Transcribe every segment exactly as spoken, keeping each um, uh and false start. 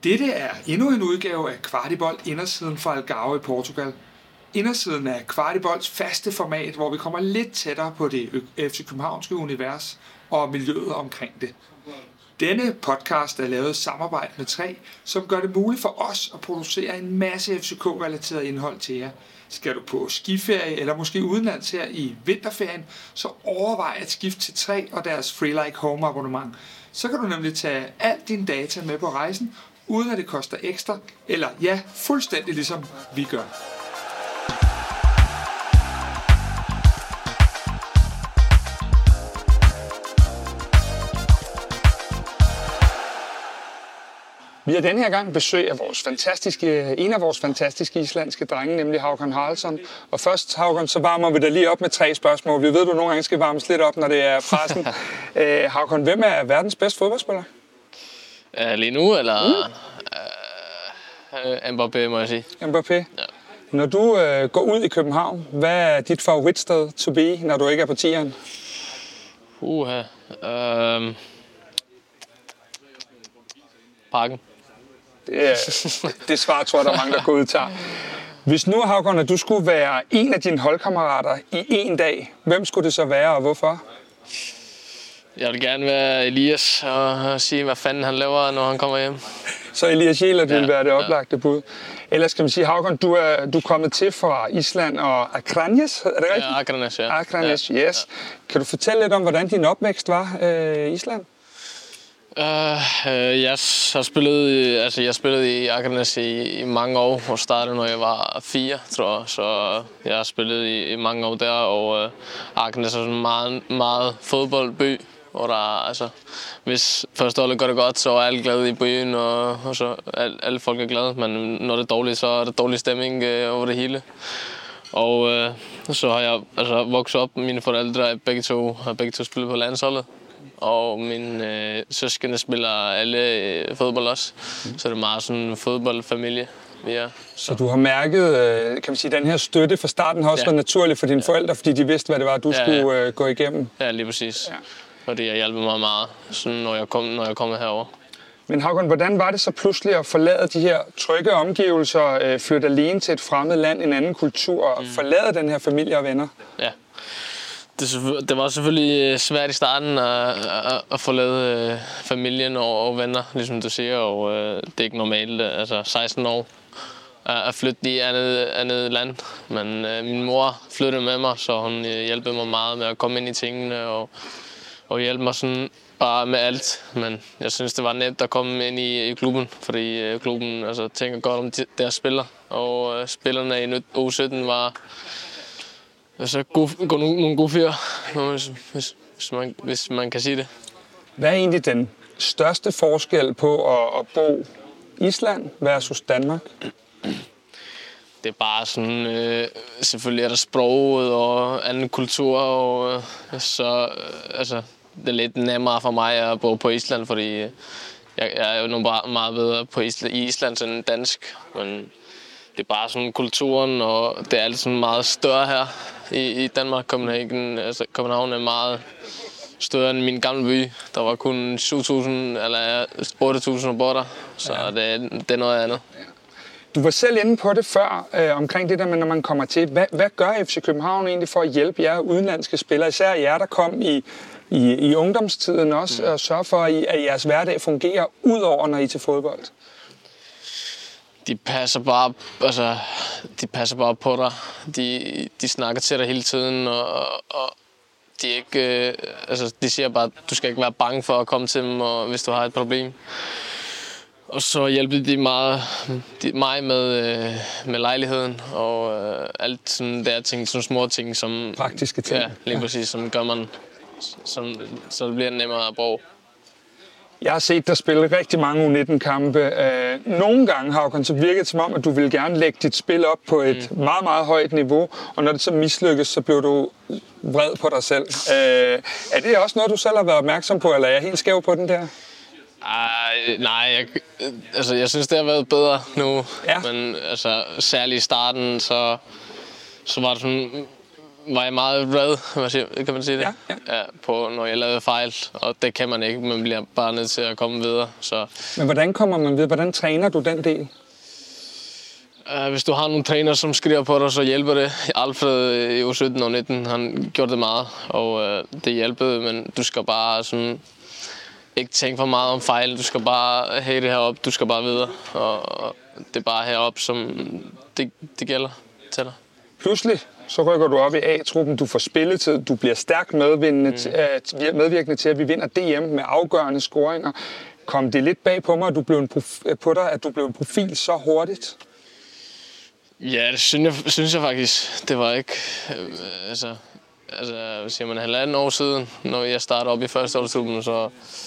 Dette er endnu en udgave af Kvartibold Indersiden fra Algarve i Portugal. Indersiden er Kvartibolds faste format, hvor vi kommer lidt tættere på det F C Københavnske univers og miljøet omkring det. Denne podcast er lavet i samarbejde med tre, som gør det muligt for os at producere en masse F C K-relateret indhold til jer. Skal du på skiferie eller måske udenlands her i vinterferien, så overvej at skifte til tre og deres Free Like Home abonnement. Så kan du nemlig tage alt din data med på rejsen, uden at det koster ekstra, eller ja, fuldstændig ligesom vi gør. Vi har denne her gang besøg af vores fantastiske, en af vores fantastiske islandske drenge, nemlig Hákon Haraldsson. Og først, Hákon, så varmer vi dig lige op med tre spørgsmål. Vi ved, du nogle gange skal varmes lidt op, når det er pressen. Æ, Hákon, hvem er verdens bedste fodboldspiller? Uh, lige nu, eller? Mm. Uh, Mbappé, må jeg sige. Mbappé? Ja. Når du uh, går ud i København, hvad er dit favoritsted to be, når du ikke er på tieren? Uha. Uh, Parken. Det, er, det svar tror jeg, der er mange, der går ud tager. Hvis nu, Hákon, at du skulle være en af dine holdkammerater i en dag, hvem skulle det så være, og hvorfor? Jeg vil gerne være Elias og sige, hvad fanden han laver, når han kommer hjem. Så Elias Jæler ja, vil være det oplagte ja. bud. Ellers skal man sige, Hákon, du er, du er kommet til fra Island og Akranes, er det rigtigt? Ja, Akranes, ja. Akranes, ja. yes. Ja. Kan du fortælle lidt om, hvordan din opvækst var i øh, Island? Uh, uh, jeg har spillet, altså jeg spillede i Akranes i, i mange år, og startede når jeg var fire, tror jeg. Så jeg har spillet i, i mange år der, og uh, Akranes er sådan en meget, meget fodboldby, hvor der altså, hvis første holdet går det godt, så er alle glade i byen, og, og så alle, alle folk er glade. Men når det er dårligt, så er der dårlig stemning uh, over det hele. Og uh, så har jeg altså vokset op, mine forældre begge to har begge to spillet på landsholdet. Og mine øh, søskende spiller alle øh, fodbold også, mm. så det er meget sådan en fodboldfamilie, vi er. Så. så du har mærket, øh, kan man sige, den her støtte fra starten har også ja. været naturlig for dine ja. forældre, fordi de vidste, hvad det var, du ja, skulle øh, gå igennem? Ja, lige præcis. Ja. Og det har hjulpet mig meget, sådan, når jeg kom, når jeg kom herover. Men Hákon, hvordan var det så pludselig at forlade de her trygge omgivelser, øh, flytte alene til et fremmed land, en anden kultur, og mm. forlade den her familie og venner? Ja. Det, det var selvfølgelig svært i starten at, at, at forlade øh, familien og, og venner, ligesom du siger, og øh, det er ikke normalt, altså seksten år, at flytte i andet, andet land. Men øh, min mor flyttede med mig, så hun øh, hjalp mig meget med at komme ind i tingene og, og hjælpe mig sådan bare med alt. Men jeg synes, det var nemt at komme ind i, i klubben, fordi øh, klubben altså, tænker godt om de, deres spillere, og øh, spillerne i U sytten var Altså, god, god, nogle gode fyre, hvis, hvis, hvis, man, hvis man kan sige det. Hvad er egentlig den største forskel på at, at bo i Island versus Danmark? Det er bare sådan, øh, selvfølgelig er der sproget og anden kultur, og øh, så øh, altså, det er lidt nemmere for mig at bo på Island, fordi jeg, jeg er jo nogle meget bedre på Island, i Island end dansk, men det er bare sådan kulturen, og det er alt sådan meget større her i, i Danmark. København, altså København er meget større end min gamle by. Der var kun syv tusind eller otte tusind bor der, så ja. det, det er noget andet. Du var selv inde på det før, øh, omkring det der med, når man kommer til. Hvad, hvad gør F C København egentlig for at hjælpe jer udenlandske spillere, især jer, der kom i, i, i ungdomstiden også, mm. og sørge for, at, at jeres hverdag fungerer, udover når I er til fodbold? De passer bare, altså, de passer bare på dig. De, de snakker til dig hele tiden, og, og de, ikke, øh, altså, de siger bare, at du skal ikke være bange for at komme til dem, og, hvis du har et problem. Og så hjælper de meget de, mig med, øh, med lejligheden, og øh, alt sådan der ting, sådan små ting, som... Praktiske ting. Ja, lige præcis, som gør man, som, så det bliver nemmere at bruge. Jeg har set dig spille rigtig mange U nitten-kampe. Nogle gange, Hákon, så virker det som om, at du vil gerne lægge dit spil op på et mm. meget, meget højt niveau, og når det så mislykkes, så bliver du vred på dig selv. Er det også noget, du selv har været opmærksom på, eller er jeg helt skæv på den der? Ej, nej, jeg, altså, jeg synes, det har været bedre nu, ja. men altså, særligt i starten, så, så var det sådan... var jeg meget vred, hvad siger, kan man sige det? Ja, ja. Ja, på, når jeg lavede fejl, og det kan man ikke. Man bliver bare nødt til at komme videre. Så. Men hvordan kommer man videre? Hvordan træner du den del? Uh, hvis du har nogle træner, som skriver på dig, så hjælper det. Alfred i U sytten og nitten, han gjorde det meget, og uh, det hjælpede, men du skal bare sådan, ikke tænke for meget om fejl. Du skal bare have det herop, du skal bare videre, og det er bare herop, som det, det gælder til dig. Pludselig så rykker du op i A-truppen, du får spilletid, du bliver stærkt medvindende, mm. medvirkende til, at vi vinder D M med afgørende scoringer. Kom det lidt bag på mig, at du blev en prof- på dig, at du blev en profil så hurtigt? Ja, det synes jeg, synes jeg faktisk. Det var ikke, øh, altså, altså, siger man, halvanden år siden, når jeg startede op i førsteårsklubben, så,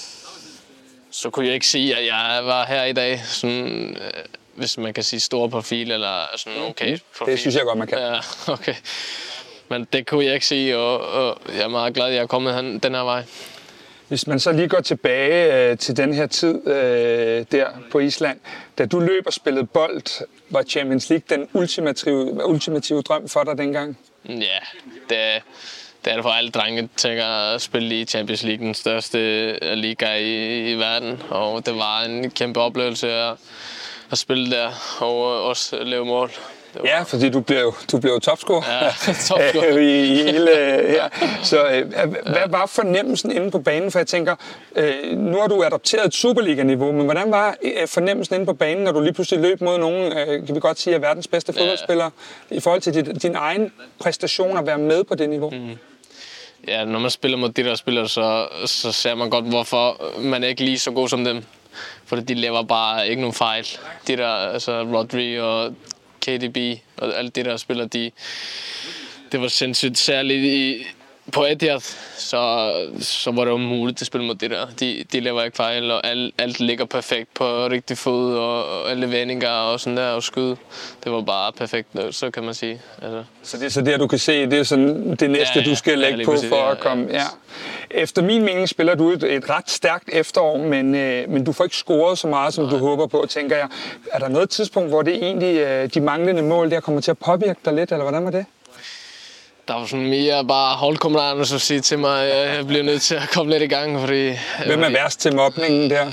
så kunne jeg ikke sige, at jeg var her i dag, sådan, øh, hvis man kan sige stor profil, eller sådan okay profil. Det synes jeg godt, man kan. Ja, okay. Men det kunne jeg ikke sige, og, og jeg er meget glad, at jeg er kommet hen, den her vej. Hvis man så lige går tilbage øh, til den her tid øh, der på Island, da du løb og spillede bold, var Champions League den ultimative, ultimative drøm for dig dengang? Ja, det, det er det for alle drenge, tænker at spille i Champions League, den største liga i, i verden. Og det var en kæmpe oplevelse at, at spille der og også lave mål. Ja, fordi du blev, du blev topscorer, ja, topscorer. I, i hele her. Så øh, hvad var fornemmelsen inde på banen? For jeg tænker, øh, nu har du adopteret et Superliga-niveau, men hvordan var øh, fornemmelsen inde på banen, når du lige pludselig løb mod nogen, øh, kan vi godt sige, er verdens bedste fodboldspillere, ja. I forhold til din, din egen præstation at være med på det niveau? Mm. Ja, når man spiller mod de der spillere, så, så ser man godt, hvorfor man er ikke lige så god som dem. For de laver bare ikke nogen fejl. De der, altså Rodri og K D B og alle de der spillere, de, det var sindssygt særligt i, på Etihad, så, så var det jo muligt at spille mod det der. De, de laver ikke fejl, og alt, alt ligger perfekt på rigtig fod, og, og alle vendinger og sådan der, og skyde. Det var bare perfekt, så kan man sige. Altså. Så det er så der, du kan se, det er sådan det næste, ja, ja, du skal lægge ja, på for at komme... Ja. Efter min mening spiller du et, et ret stærkt efterår, men, øh, men du får ikke scoret så meget, som Nej. Du håber på, tænker jeg. Er der noget tidspunkt, hvor det egentlig øh, de manglende mål der kommer til at påvirke dig lidt, eller hvordan var det? Der var sådan mere bare holdkammeraterne, som siger til mig, at jeg bliver nødt til at komme lidt i gang, fordi... Hvem er værst til mobningen der?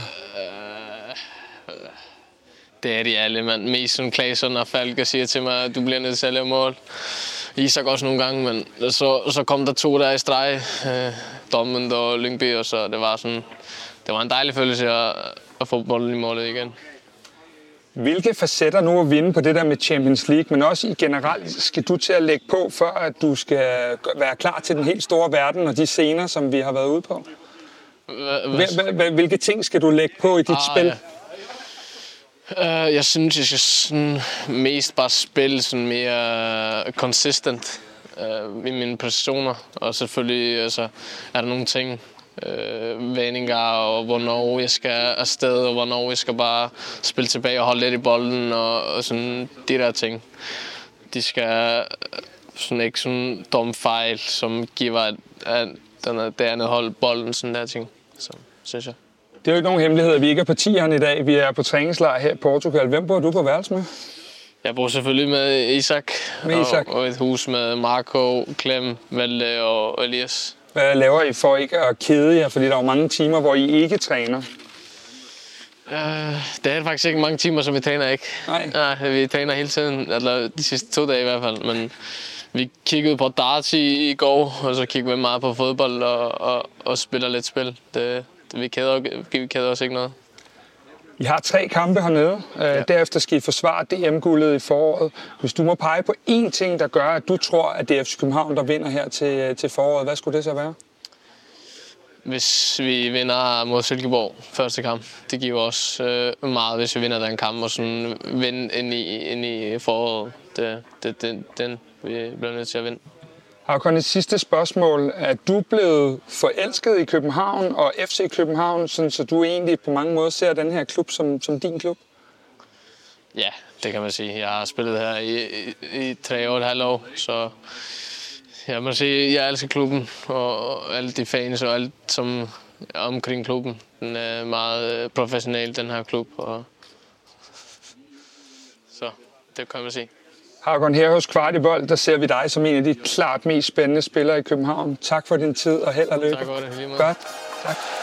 Det er de alle, mand. Mest sådan Claesson og Falk siger til mig, at du bliver nødt til at lave mål. Isak også nogle gange, men så, så kom der to der i streg. Øh, Dortmund og Lyngby, og så det var sådan... Det var en dejlig følelse at, at få bolden i målet igen. Hvilke facetter nu at vinde på det der med Champions League, men også i generelt skal du til at lægge på, for at du skal være klar til den helt store verden og de scener, som vi har været ude på? Hvilke ting skal du lægge på i dit ah, spil? Ja. Uh, jeg synes, jeg skal sådan mest bare spille sådan mere consistent uh, i mine præstationer. Og selvfølgelig altså, er der nogle ting, øh, vendinger og hvornår jeg skal afsted, og hvornår jeg skal bare spille tilbage og holde lidt i bolden og, og sådan de der ting. De skal sådan ikke sådan dumme fejl, som giver at, at den er, det andet hold bolden, sådan der ting, så synes jeg. Det er jo ikke nogen hemmelighed, at vi ikke er på tieren i dag. Vi er på træningslejr her i Portugal. Hvem bor du på værelse med? Jeg bor selvfølgelig med Isak, med Isak. Og, og et hus med Marco, Clem, Valde og Elias. Hvad laver I for ikke at kede jer? Fordi der er jo mange timer, hvor I ikke træner. Uh, det er faktisk ikke mange timer, som vi træner ikke. Nej. Ja, vi træner hele tiden, eller de sidste to dage i hvert fald. Men vi kiggede på darts i, i går, og så kiggede vi meget på fodbold og, og, og spiller lidt spil. Det, det, vi, kæder, vi kæder os ikke noget. I har tre kampe hernede. Ja. Derefter skal I forsvare D M-guldet i foråret. Hvis du må pege på én ting, der gør, at du tror, at det er F C København, der vinder her til, til foråret, hvad skulle det så være? Hvis vi vinder mod Silkeborg første kamp, det giver os øh, meget, hvis vi vinder den kamp og sådan vinde ind i, ind i foråret. Det, det, det, den vi bliver nødt til at vinde. Håkon, et sidste spørgsmål. Er du blevet forelsket i København og F C København, sådan, så du egentlig på mange måder ser den her klub som, som din klub? Ja, det kan man sige. Jeg har spillet her i, i, i tre år og et halvt år, så jeg må sige, jeg elsker klubben og alle de fans og alt som er omkring klubben. Den er meget professionel, den her klub. Og så det kan man sige. Hakon, her hos Kvartibold, der ser vi dig som en af de klart mest spændende spillere i København. Tak for din tid og held og lykke. Tak for det, lige måde. Godt. Tak.